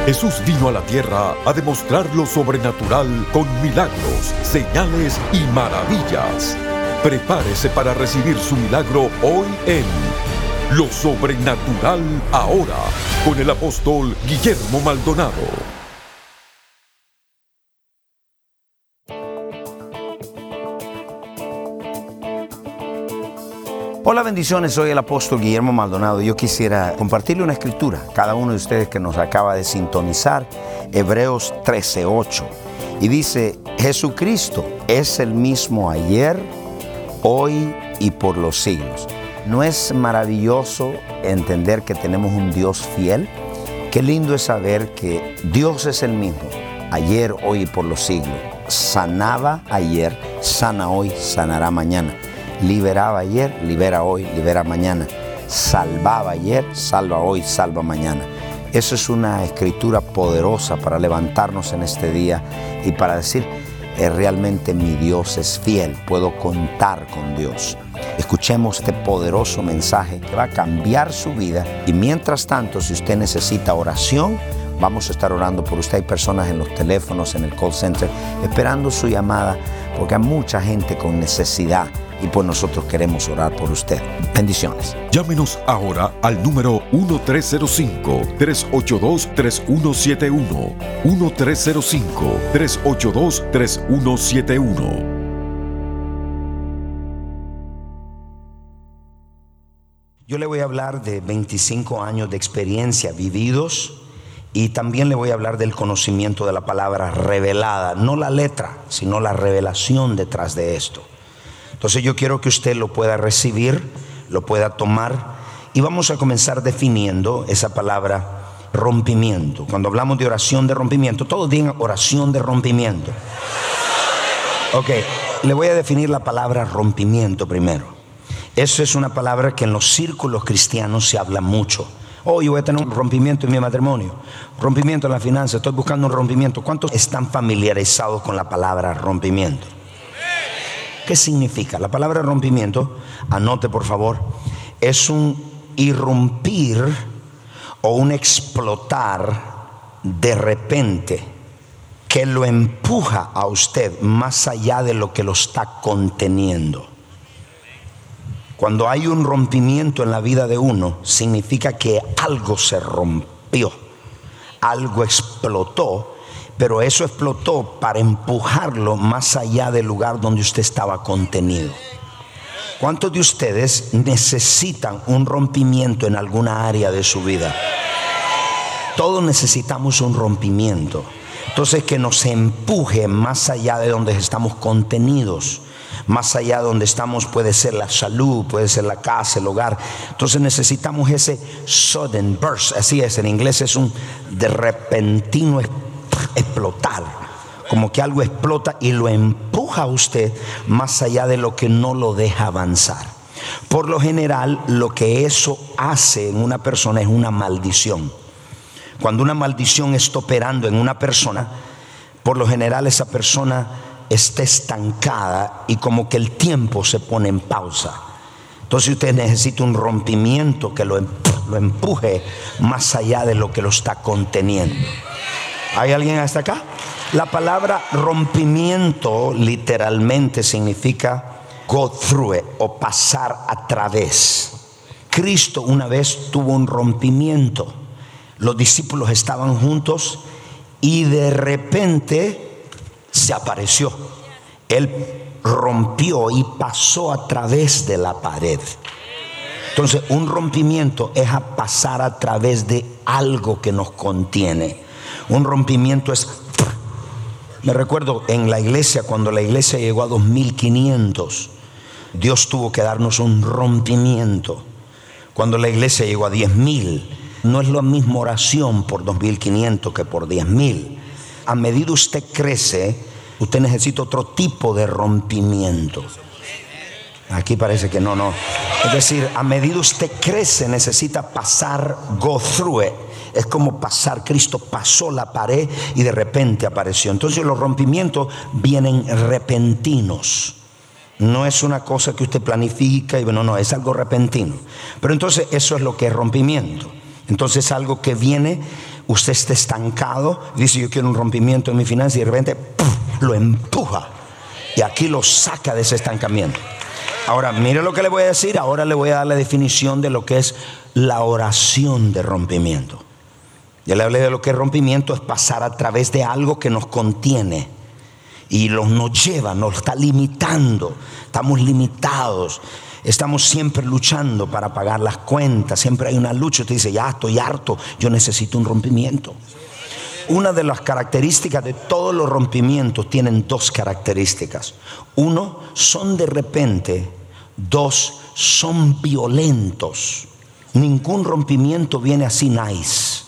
Jesús vino a la tierra a demostrar lo sobrenatural con milagros, señales y maravillas. Prepárese para recibir su milagro hoy en Lo Sobrenatural Ahora, con el apóstol Guillermo Maldonado. Hola, bendiciones, soy el apóstol Guillermo Maldonado. Yo quisiera compartirle una escritura a cada uno de ustedes que nos acaba de sintonizar, Hebreos 13:8. Y dice, Jesucristo es el mismo ayer, hoy y por los siglos. ¿No es maravilloso entender que tenemos un Dios fiel? Qué lindo es saber que Dios es el mismo, ayer, hoy y por los siglos. Sanaba ayer, sana hoy, sanará mañana. Liberaba ayer, libera hoy, libera mañana. Salvaba ayer, salva hoy, salva mañana. Eso es una escritura poderosa para levantarnos en este día y para decir, realmente mi Dios es fiel, puedo contar con Dios. Escuchemos este poderoso mensaje que va a cambiar su vida. Y mientras tanto, si usted necesita oración, vamos a estar orando por usted. Hay personas en los teléfonos, en el call center, esperando su llamada, porque hay mucha gente con necesidad. Y pues nosotros queremos orar por usted. Bendiciones. Llámenos ahora al número 1-305-382-3171. 1-305-382-3171. Yo le voy a hablar de 25 años de experiencia vividos y también le voy a hablar del conocimiento de la palabra revelada. No la letra, sino la revelación detrás de esto. Entonces yo quiero que usted lo pueda recibir, lo pueda tomar y vamos a comenzar definiendo esa palabra rompimiento. Cuando hablamos de oración de rompimiento, todos digan oración de rompimiento. Ok, le voy a definir la palabra rompimiento primero. Eso es una palabra que en los círculos cristianos se habla mucho. Oh, yo voy a tener un rompimiento en mi matrimonio, rompimiento en la finanza, estoy buscando un rompimiento. ¿Cuántos están familiarizados con la palabra rompimiento? ¿Qué significa? La palabra rompimiento, anote por favor, es un irrumpir o un explotar de repente que lo empuja a usted más allá de lo que lo está conteniendo. Cuando hay un rompimiento en la vida de uno, significa que algo se rompió, algo explotó. Pero eso explotó para empujarlo más allá del lugar donde usted estaba contenido. ¿Cuántos de ustedes necesitan un rompimiento en alguna área de su vida? Todos necesitamos un rompimiento. Entonces que nos empuje más allá de donde estamos contenidos. Más allá de donde estamos puede ser la salud, puede ser la casa, el hogar. Entonces necesitamos ese sudden burst. Así es, en inglés es un de repentino explotar, como que algo explota y lo empuja a usted más allá de lo que no lo deja avanzar. Por lo general, lo que eso hace en una persona es una maldición. Cuando una maldición está operando en una persona, por lo general esa persona está estancada y como que el tiempo se pone en pausa. Entonces usted necesita un rompimiento que lo empuje más allá de lo que lo está conteniendo. ¿Hay alguien hasta acá? La palabra rompimiento literalmente significa go through it, o pasar a través. Cristo una vez tuvo un rompimiento. Los discípulos estaban juntos y de repente se apareció. Él rompió y pasó a través de la pared. Entonces un rompimiento es a pasar a través de algo que nos contiene. Un rompimiento es... Me recuerdo en la iglesia, cuando la iglesia llegó a 2500, Dios tuvo que darnos un rompimiento. Cuando la iglesia llegó a 10,000, no es la misma oración por 2500 que por 10,000. A medida usted crece, usted necesita otro tipo de rompimiento. Aquí parece que no. Es decir, a medida usted crece, necesita pasar, go through it. Es como pasar. Cristo pasó la pared y de repente apareció. Entonces los rompimientos vienen repentinos. No es una cosa que usted planifica y no, es algo repentino. Pero entonces eso es lo que es rompimiento. Entonces algo que viene, usted está estancado, dice yo quiero un rompimiento en mi finanza, y de repente lo empuja y aquí lo saca de ese estancamiento. Ahora mire lo que le voy a decir. Ahora le voy a dar la definición de lo que es la oración de rompimiento. Ya le hablé de lo que es rompimiento. Es pasar a través de algo que nos contiene y nos lleva, nos está limitando. Estamos limitados. Estamos siempre luchando para pagar las cuentas. Siempre hay una lucha. Usted dice, ya estoy harto, yo necesito un rompimiento. Una de las características de todos los rompimientos tienen dos características. Uno, son de repente. Dos, son violentos. Ningún rompimiento viene así nice.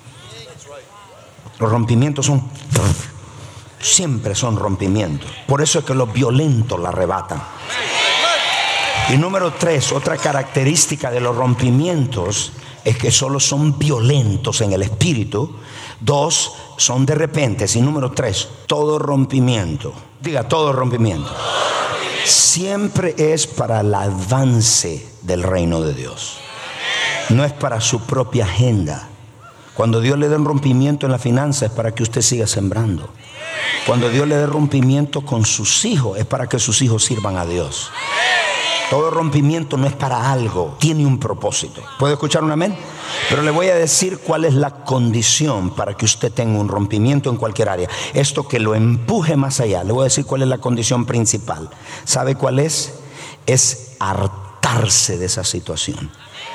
Los rompimientos siempre son rompimientos. Por eso es que los violentos la arrebatan. Y número tres, otra característica de los rompimientos es que solo son violentos en el espíritu. Dos, son de repente. Y número tres, todo rompimiento, diga todo rompimiento, siempre es para el avance del reino de Dios. No es para su propia agenda. Cuando Dios le dé un rompimiento en la finanza es para que usted siga sembrando. Cuando Dios le dé rompimiento con sus hijos es para que sus hijos sirvan a Dios. Todo rompimiento no es para algo, tiene un propósito. ¿Puede escuchar un amén? Pero le voy a decir cuál es la condición para que usted tenga un rompimiento en cualquier área. Esto que lo empuje más allá. Le voy a decir cuál es la condición principal. ¿Sabe cuál es? Es hartarse de esa situación.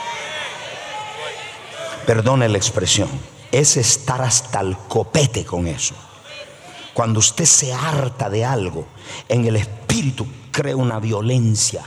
Perdone la expresión. Es estar hasta el copete con eso. Cuando usted se harta de algo, en el espíritu crea una violencia.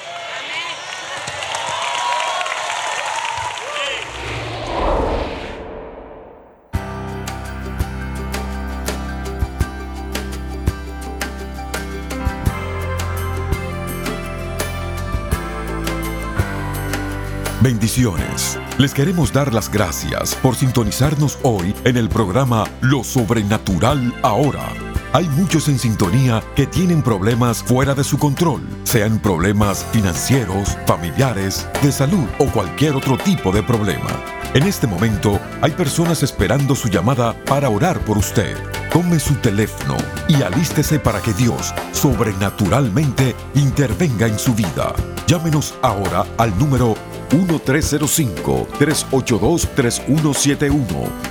Bendiciones. Les queremos dar las gracias por sintonizarnos hoy en el programa Lo Sobrenatural Ahora. Hay muchos en sintonía que tienen problemas fuera de su control, sean problemas financieros, familiares, de salud o cualquier otro tipo de problema. En este momento hay personas esperando su llamada para orar por usted. Tome su teléfono y alístese para que Dios sobrenaturalmente intervenga en su vida. Llámenos ahora al número 1-305-382-3171.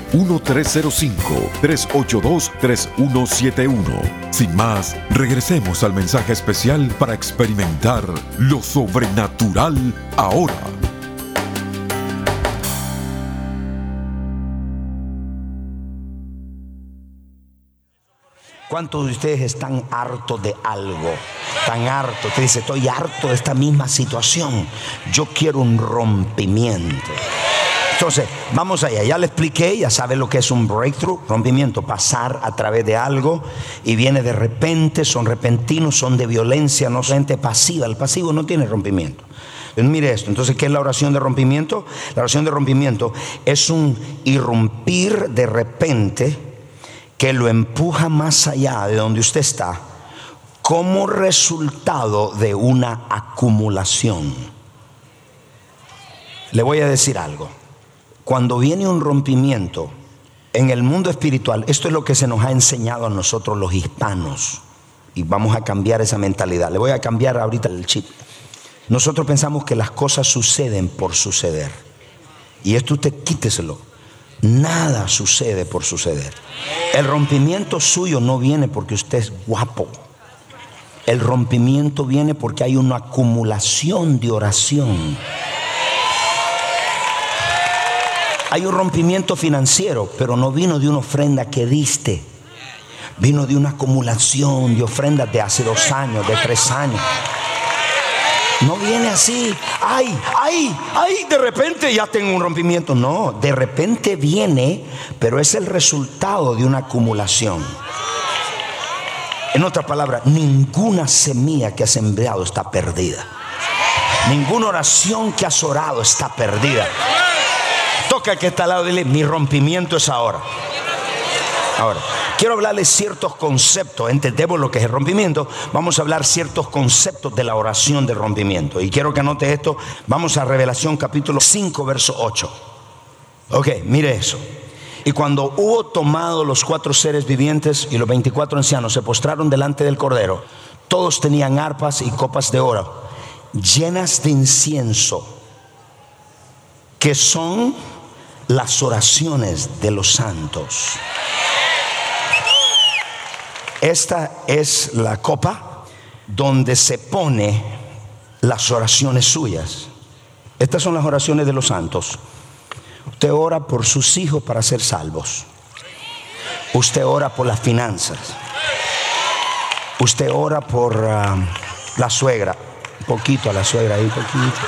1-305-382-3171. Sin más, regresemos al mensaje especial para experimentar lo sobrenatural ahora. ¿Cuántos de ustedes están hartos de algo? Tan hartos. Usted dice, estoy harto de esta misma situación. Yo quiero un rompimiento. Entonces, vamos allá. Ya le expliqué, ya sabe lo que es un breakthrough, rompimiento, pasar a través de algo y viene de repente, son repentinos, son de violencia, no son gente pasiva. El pasivo no tiene rompimiento. Entonces, mire esto. Entonces, ¿qué es la oración de rompimiento? La oración de rompimiento es un irrumpir de repente que lo empuja más allá de donde usted está como resultado de una acumulación. Le voy a decir algo. Cuando viene un rompimiento en el mundo espiritual, esto es lo que se nos ha enseñado a nosotros los hispanos, y vamos a cambiar esa mentalidad. Le voy a cambiar ahorita el chip. Nosotros pensamos que las cosas suceden por suceder, y esto usted quíteselo. Nada sucede por suceder. El rompimiento suyo no viene porque usted es guapo. El rompimiento viene porque hay una acumulación de oración. Hay un rompimiento financiero, pero no vino de una ofrenda que diste. Vino de una acumulación de ofrendas de hace 2 años, de 3 años. No viene así, ay, de repente ya tengo un rompimiento. No, de repente viene, pero es el resultado de una acumulación. En otras palabras, ninguna semilla que has sembrado está perdida. Ninguna oración que has orado está perdida. Toca al que está al lado y dile, mi rompimiento es ahora. Ahora, quiero hablarles ciertos conceptos. Entendemos lo que es el rompimiento. Vamos a hablar ciertos conceptos de la oración del rompimiento. Y quiero que anote esto. Vamos a Revelación capítulo 5 verso 8. Ok, mire eso. Y cuando hubo tomado los 4 seres vivientes y los 24 ancianos se postraron delante del Cordero, todos tenían arpas y copas de oro llenas de incienso, que son las oraciones de los santos. Esta es la copa donde se pone las oraciones suyas. Estas son las oraciones de los santos. Usted ora por sus hijos para ser salvos. Usted ora por las finanzas. Usted ora por la suegra. Un poquito a la suegra ahí, un poquito.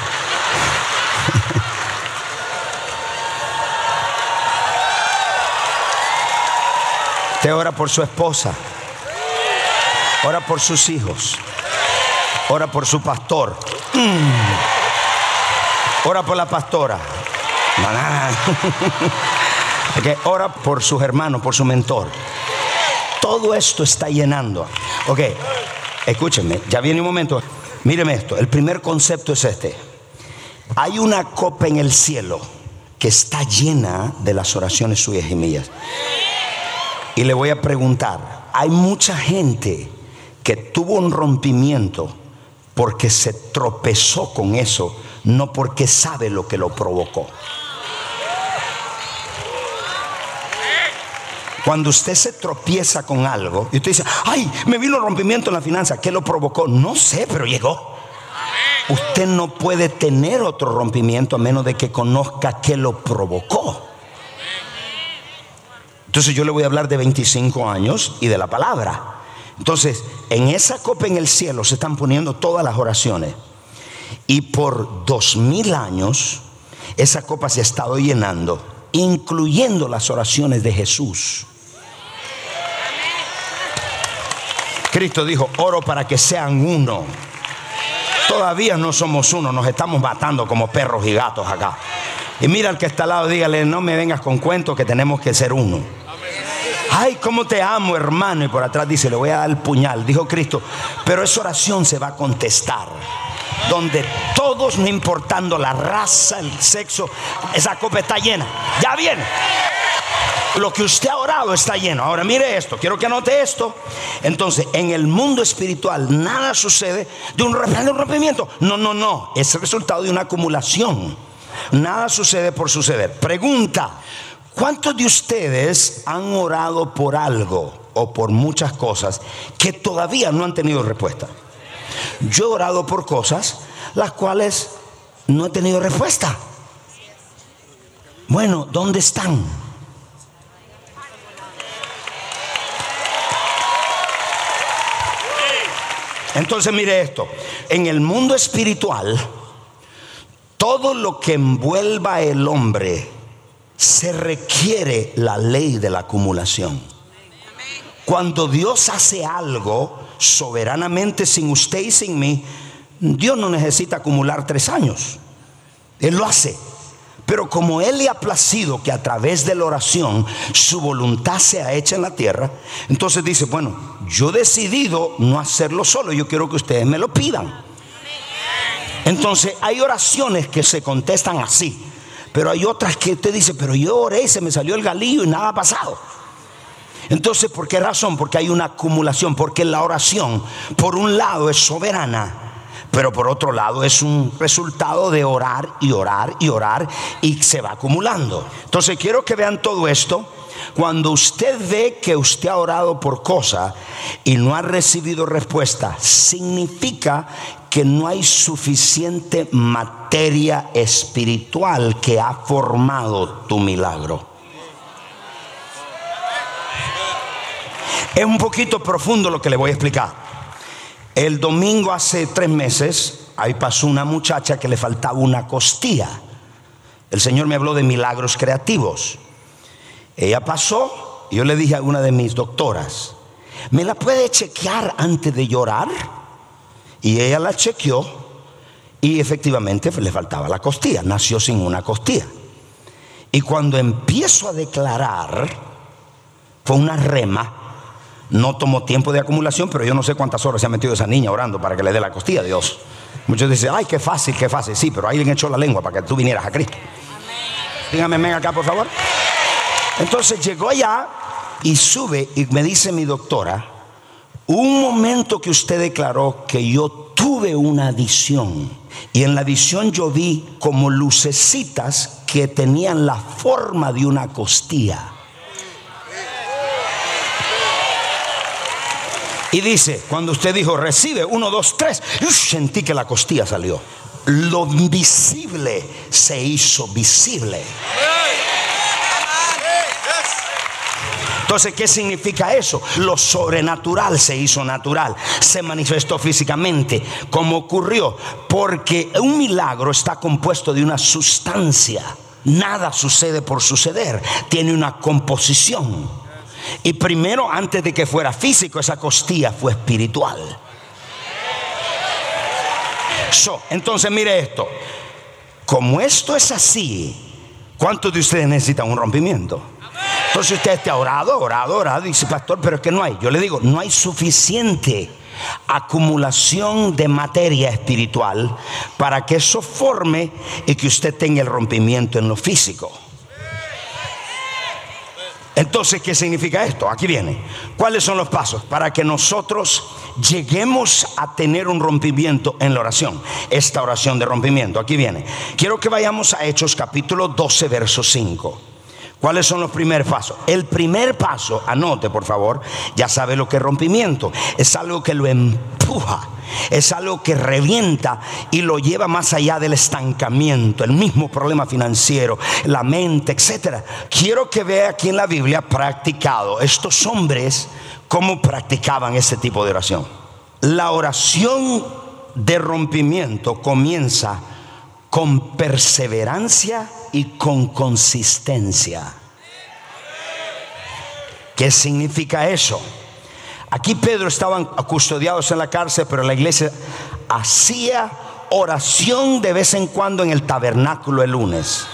Usted ora por su esposa. Ora por sus hijos. Ora por su pastor. Ora por la pastora. Okay. Ora por sus hermanos, por su mentor. Todo esto está llenando. Ok, escúchenme, ya viene un momento. Míreme esto, el primer concepto es este. Hay una copa en el cielo que está llena de las oraciones suyas y mías. Y le voy a preguntar, hay mucha gente que tuvo un rompimiento porque se tropezó con eso, no porque sabe lo que lo provocó. Cuando usted se tropieza con algo y usted dice, ay, me vino un rompimiento en la finanza, ¿qué lo provocó? No sé, pero llegó. Usted no puede tener otro rompimiento a menos de que conozca qué lo provocó. Entonces yo le voy a hablar de 25 años y de la palabra. Entonces, en esa copa en el cielo se están poniendo todas las oraciones. Y por 2000 años esa copa se ha estado llenando, incluyendo las oraciones de Jesús. Cristo dijo, oro para que sean uno. Todavía no somos uno, nos estamos matando como perros y gatos acá. Y mira al que está al lado, dígale, no me vengas con cuentos, que tenemos que ser uno. Ay, cómo te amo, hermano. Y por atrás dice, le voy a dar el puñal. Dijo Cristo, pero esa oración se va a contestar, donde todos, no importando la raza, el sexo, esa copa está llena. Ya viene. Lo que usted ha orado está lleno. Ahora mire esto, quiero que anote esto. Entonces, en el mundo espiritual nada sucede de un rompimiento. No, es el resultado de una acumulación. Nada sucede por suceder. Pregunta, ¿cuántos de ustedes han orado por algo o por muchas cosas que todavía no han tenido respuesta? Yo he orado por cosas las cuales no he tenido respuesta. Bueno, ¿dónde están? Entonces mire esto, en el mundo espiritual, todo lo que envuelva el hombre se requiere la ley de la acumulación. Cuando Dios hace algo soberanamente sin usted y sin mí, Dios no necesita acumular 3 años. Él lo hace. Pero como Él le ha placido que a través de la oración su voluntad sea hecha en la tierra, entonces dice, bueno, yo he decidido no hacerlo solo, yo quiero que ustedes me lo pidan. Entonces hay oraciones que se contestan así, pero hay otras que usted dice, pero yo oré y se me salió el galillo y nada ha pasado. Entonces, ¿por qué razón? Porque hay una acumulación, porque la oración por un lado es soberana, pero por otro lado es un resultado de orar y orar y orar, y se va acumulando. Entonces quiero que vean todo esto. Cuando usted ve que usted ha orado por cosas y no ha recibido respuesta, significa que no hay suficiente materia espiritual que ha formado tu milagro. Es un poquito profundo lo que le voy a explicar. El domingo hace 3 meses, ahí pasó una muchacha que le faltaba una costilla. El Señor me habló de milagros creativos. Ella pasó, y yo le dije a una de mis doctoras, ¿me la puede chequear antes de llorar? Y ella la chequeó, y efectivamente le faltaba la costilla, nació sin una costilla. Y cuando empiezo a declarar, fue una rema. No tomó tiempo de acumulación, pero yo no sé cuántas horas se ha metido esa niña orando para que le dé la costilla a Dios. Muchos dicen, ay, qué fácil, qué fácil. Sí, pero alguien echó la lengua para que tú vinieras a Cristo. Dígame amén acá, por favor. Entonces llegó allá y sube y me dice mi doctora: un momento que usted declaró que yo tuve una visión, y en la visión yo vi como lucecitas que tenían la forma de una costilla. Y dice, cuando usted dijo recibe 1, 2, 3, yo sentí que la costilla salió. Lo invisible se hizo visible. Entonces, ¿qué significa eso? Lo sobrenatural se hizo natural, se manifestó físicamente. ¿Cómo ocurrió? Porque un milagro está compuesto de una sustancia. Nada sucede por suceder, tiene una composición. Y primero, antes de que fuera físico, esa costilla fue espiritual. Entonces mire esto. Como esto es así, ¿cuántos de ustedes necesitan un rompimiento? Entonces usted está orado, y dice: pastor, pero es que no hay. Yo le digo, no hay suficiente acumulación de materia espiritual para que eso forme y que usted tenga el rompimiento en lo físico. Entonces, ¿qué significa esto? Aquí viene. ¿Cuáles son los pasos para que nosotros lleguemos a tener un rompimiento en la oración? Esta oración de rompimiento, aquí viene. Quiero que vayamos a Hechos capítulo 12, verso 5. ¿Cuáles son los primeros pasos? El primer paso, anote por favor, ya sabe lo que es rompimiento. Es algo que lo empuja, es algo que revienta y lo lleva más allá del estancamiento, el mismo problema financiero, la mente, etc. Quiero que vea aquí en la Biblia practicado estos hombres cómo practicaban ese tipo de oración. La oración de rompimiento comienza con perseverancia y con consistencia. ¿Qué significa eso? Aquí Pedro estaban custodiados en la cárcel, pero la iglesia hacía oración de vez en cuando en el tabernáculo el lunes.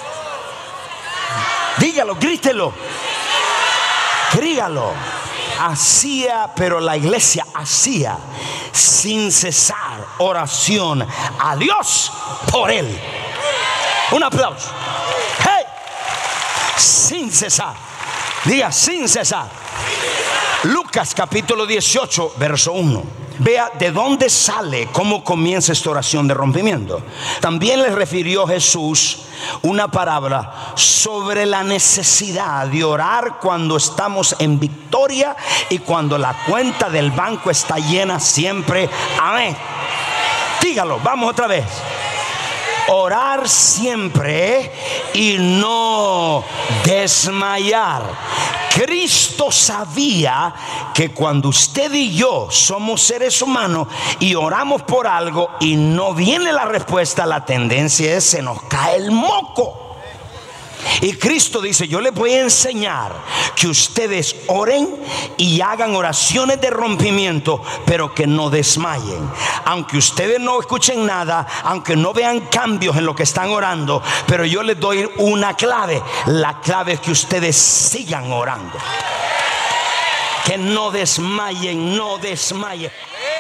Dígalo, grítelo, crígalo. Hacía, pero la iglesia hacía sin cesar oración a Dios por él. Un aplauso. ¡Hey! Sin cesar. Diga, sin cesar. Lucas capítulo 18, verso 1. Vea de dónde sale, cómo comienza esta oración de rompimiento. También le refirió Jesús una parábola sobre la necesidad de orar cuando estamos en victoria y cuando la cuenta del banco está llena siempre. Amén. Dígalo, vamos otra vez. Orar siempre y no desmayar. Cristo sabía que cuando usted y yo somos seres humanos y oramos por algo y no viene la respuesta, la tendencia es se nos cae el moco. Y Cristo dice: yo les voy a enseñar que ustedes oren y hagan oraciones de rompimiento, pero que no desmayen. Aunque ustedes no escuchen nada, aunque no vean cambios en lo que están orando, pero yo les doy una clave. La clave es que ustedes sigan orando. Que no desmayen, no desmayen.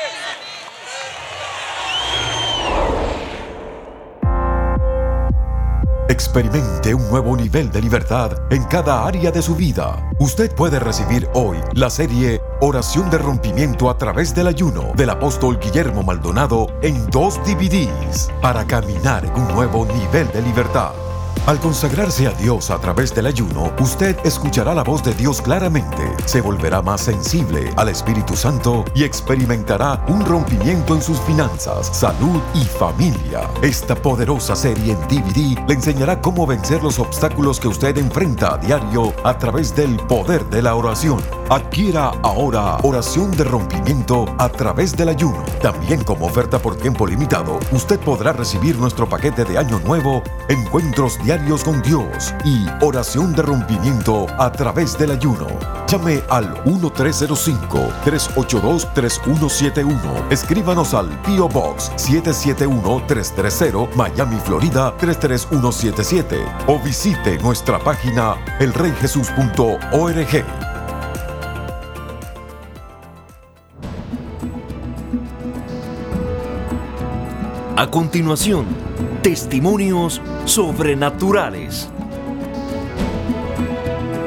Experimente un nuevo nivel de libertad en cada área de su vida. Usted puede recibir hoy la serie Oración de Rompimiento a través del ayuno del apóstol Guillermo Maldonado en 2 DVDs para caminar en un nuevo nivel de libertad. Al consagrarse a Dios a través del ayuno, usted escuchará la voz de Dios claramente, se volverá más sensible al Espíritu Santo y experimentará un rompimiento en sus finanzas, salud y familia. Esta poderosa serie en DVD le enseñará cómo vencer los obstáculos que usted enfrenta a diario a través del poder de la oración. Adquiera ahora Oración de Rompimiento a través del ayuno. También como oferta por tiempo limitado, usted podrá recibir nuestro paquete de Año Nuevo, Encuentros Diarios con Dios y Oración de Rompimiento a través del ayuno. Llame al 1-305-382-3171. Escríbanos al P.O. Box 771-330, Miami, Florida 33177. O visite nuestra página elreyjesus.org. A continuación, testimonios sobrenaturales.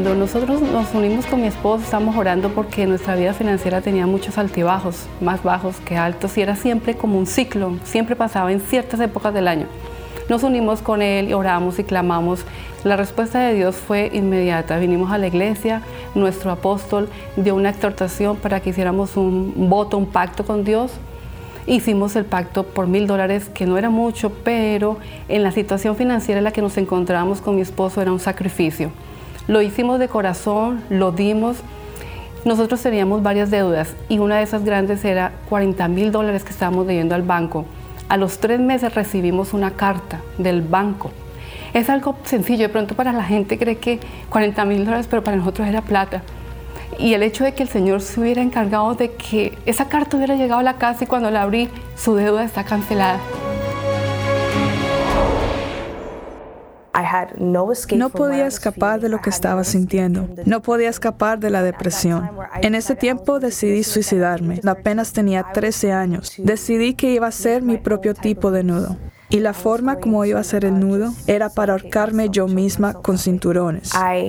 Cuando nosotros nos unimos con mi esposo, estábamos orando porque nuestra vida financiera tenía muchos altibajos, más bajos que altos, y era siempre como un ciclo, siempre pasaba en ciertas épocas del año. Nos unimos con él, oramos y clamamos. La respuesta de Dios fue inmediata. Vinimos a la iglesia, nuestro apóstol dio una exhortación para que hiciéramos un voto, un pacto con Dios. Hicimos el pacto por $1,000, que no era mucho, pero en la situación financiera en la que nos encontrábamos con mi esposo era un sacrificio. Lo hicimos de corazón, lo dimos. Nosotros teníamos varias deudas y una de esas grandes era $40,000 que estábamos debiendo al banco. A los 3 meses recibimos una carta del banco. Es algo sencillo, de pronto para la gente cree que $40,000, pero para nosotros era plata. Y el hecho de que el Señor se hubiera encargado de que esa carta hubiera llegado a la casa y cuando la abrí, su deuda está cancelada. No podía escapar de lo que estaba sintiendo. No podía escapar de la depresión. En ese tiempo decidí suicidarme. Apenas tenía 13 años. Decidí que iba a ser mi propio tipo de nudo. Y la forma como iba a ser el nudo era para ahorcarme yo misma con cinturones.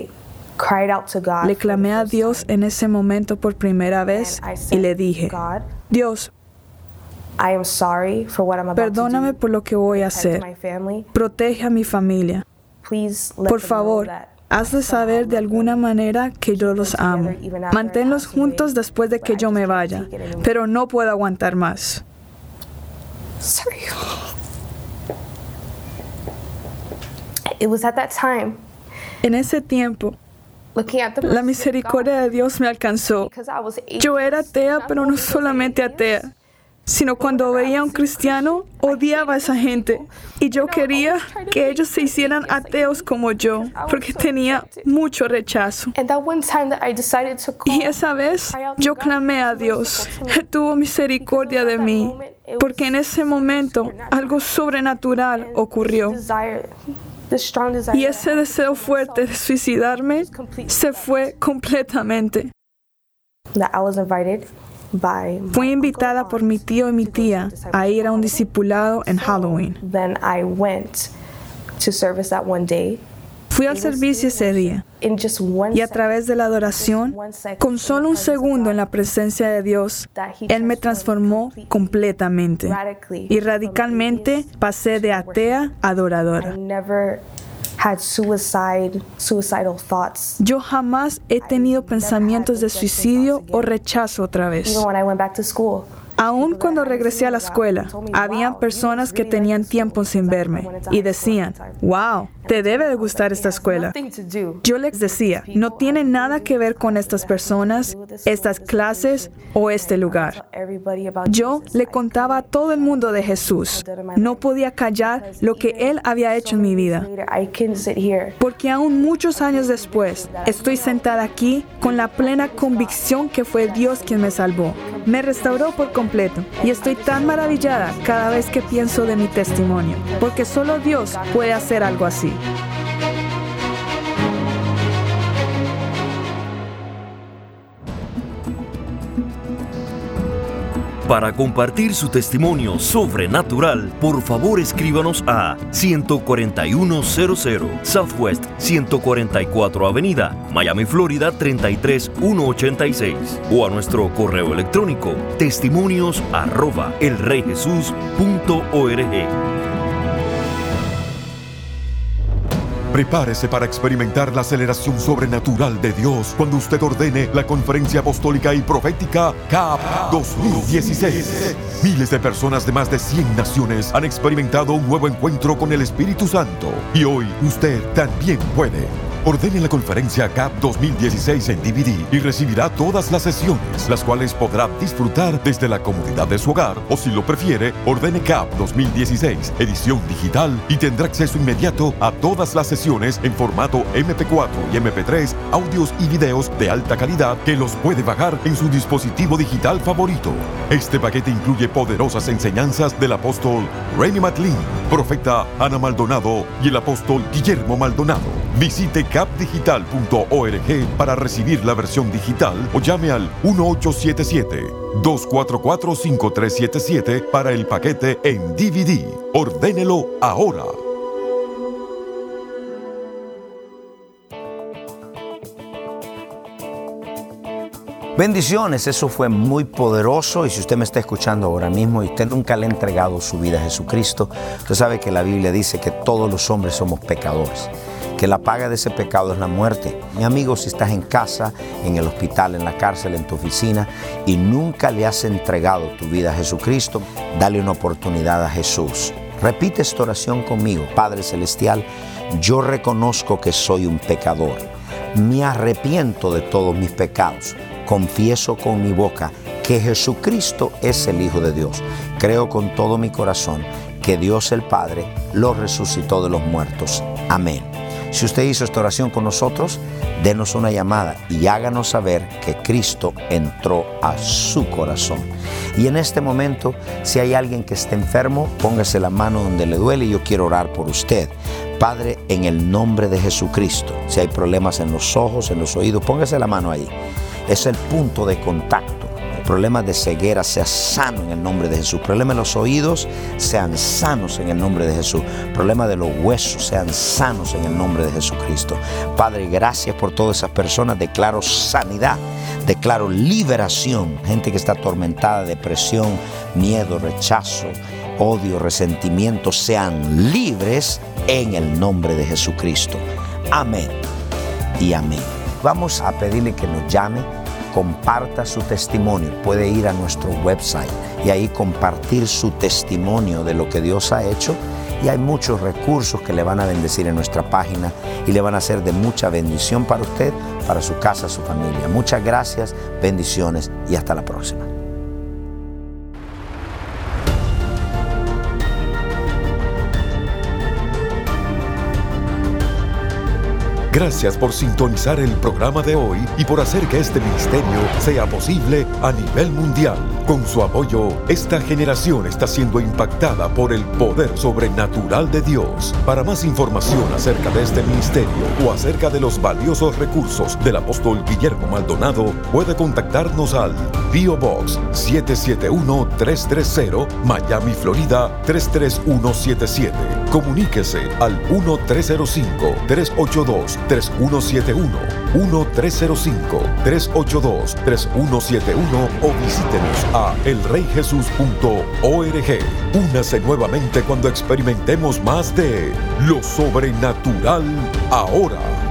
Le clamé a Dios en ese momento por primera vez y le dije, Dios, perdóname por lo que voy a hacer. Protege a mi familia. Por favor, hazle saber de alguna manera que yo los amo. Manténlos juntos después de que yo me vaya, pero no puedo aguantar más. En ese tiempo, la misericordia de Dios me alcanzó. Yo era atea, pero no solamente atea, sino cuando veía a un cristiano, odiaba a esa gente. Y yo quería que ellos se hicieran ateos como yo, porque tenía mucho rechazo. Y esa vez, yo clamé a Dios. Él tuvo misericordia de mí, porque en ese momento, algo sobrenatural ocurrió. Y ese deseo fuerte de suicidarme se fue completamente. Fui invitada por mi tío y mi tía a ir a un discipulado en Halloween. Fui al servicio ese día y a través de la adoración, con solo un segundo en la presencia de Dios, Él me transformó completamente y radicalmente pasé de atea a adoradora. Yo jamás he tenido pensamientos de suicidio o rechazo otra vez. Aún cuando regresé a la escuela, habían personas que tenían tiempo sin verme y decían, wow, te debe de gustar esta escuela. Yo les decía, no tiene nada que ver con estas personas, estas clases o este lugar. Yo le contaba a todo el mundo de Jesús. No podía callar lo que Él había hecho en mi vida. Porque aún muchos años después, estoy sentada aquí con la plena convicción que fue Dios quien me salvó. Me restauró por completo y estoy tan maravillada cada vez que pienso de mi testimonio, porque solo Dios puede hacer algo así. Para compartir su testimonio sobrenatural, por favor escríbanos a 14100 Southwest 144 Avenida, Miami, Florida 33186 o a nuestro correo electrónico testimonios@elreyjesus.org. Prepárese para experimentar la aceleración sobrenatural de Dios cuando usted ordene la Conferencia Apostólica y Profética CAP 2016. Miles de personas de más de 100 naciones han experimentado un nuevo encuentro con el Espíritu Santo y hoy usted también puede. Ordene la conferencia CAP 2016 en DVD y recibirá todas las sesiones, las cuales podrá disfrutar desde la comodidad de su hogar, o si lo prefiere, ordene CAP 2016, edición digital, y tendrá acceso inmediato a todas las sesiones en formato MP4 y MP3, audios y videos de alta calidad que los puede bajar en su dispositivo digital favorito. Este paquete incluye poderosas enseñanzas del apóstol Remy McLean, profeta Ana Maldonado y el apóstol Guillermo Maldonado. Visite capdigital.org para recibir la versión digital o llame al 1877-244-5377 para el paquete en DVD. Ordénelo ahora. Bendiciones, eso fue muy poderoso. Y si usted me está escuchando ahora mismo y usted nunca le ha entregado su vida a Jesucristo, usted sabe que la Biblia dice que todos los hombres somos pecadores, que la paga de ese pecado es la muerte. Mi amigo, si estás en casa, en el hospital, en la cárcel, en tu oficina y nunca le has entregado tu vida a Jesucristo, dale una oportunidad a Jesús. Repite esta oración conmigo. Padre Celestial, yo reconozco que soy un pecador. Me arrepiento de todos mis pecados. Confieso con mi boca que Jesucristo es el Hijo de Dios. Creo con todo mi corazón que Dios el Padre lo resucitó de los muertos. Amén. Si usted hizo esta oración con nosotros, denos una llamada y háganos saber que Cristo entró a su corazón. Y en este momento, si hay alguien que esté enfermo, póngase la mano donde le duele y yo quiero orar por usted. Padre, en el nombre de Jesucristo, si hay problemas en los ojos, en los oídos, póngase la mano ahí. Es el punto de contacto. El problema de ceguera sea sano en el nombre de Jesús. El problema de los oídos sean sanos en el nombre de Jesús. El problema de los huesos sean sanos en el nombre de Jesucristo. Padre, gracias por todas esas personas. Declaro sanidad, declaro liberación. Gente que está atormentada, depresión, miedo, rechazo, odio, resentimiento, sean libres en el nombre de Jesucristo. Amén y amén. Vamos a pedirle que nos llame, comparta su testimonio. Puede ir a nuestro website y ahí compartir su testimonio de lo que Dios ha hecho. Y hay muchos recursos que le van a bendecir en nuestra página y le van a ser de mucha bendición para usted, para su casa, su familia. Muchas gracias, bendiciones y hasta la próxima. Gracias por sintonizar el programa de hoy y por hacer que este ministerio sea posible a nivel mundial. Con su apoyo, esta generación está siendo impactada por el poder sobrenatural de Dios. Para más información acerca de este ministerio o acerca de los valiosos recursos del apóstol Guillermo Maldonado, puede contactarnos al P.O. Box 771-330, Miami, Florida 33177. Comuníquese al 1-305-382-3171, 1-305-382-3171 o visítenos a elreyjesus.org. Únase nuevamente cuando experimentemos más de lo sobrenatural ahora.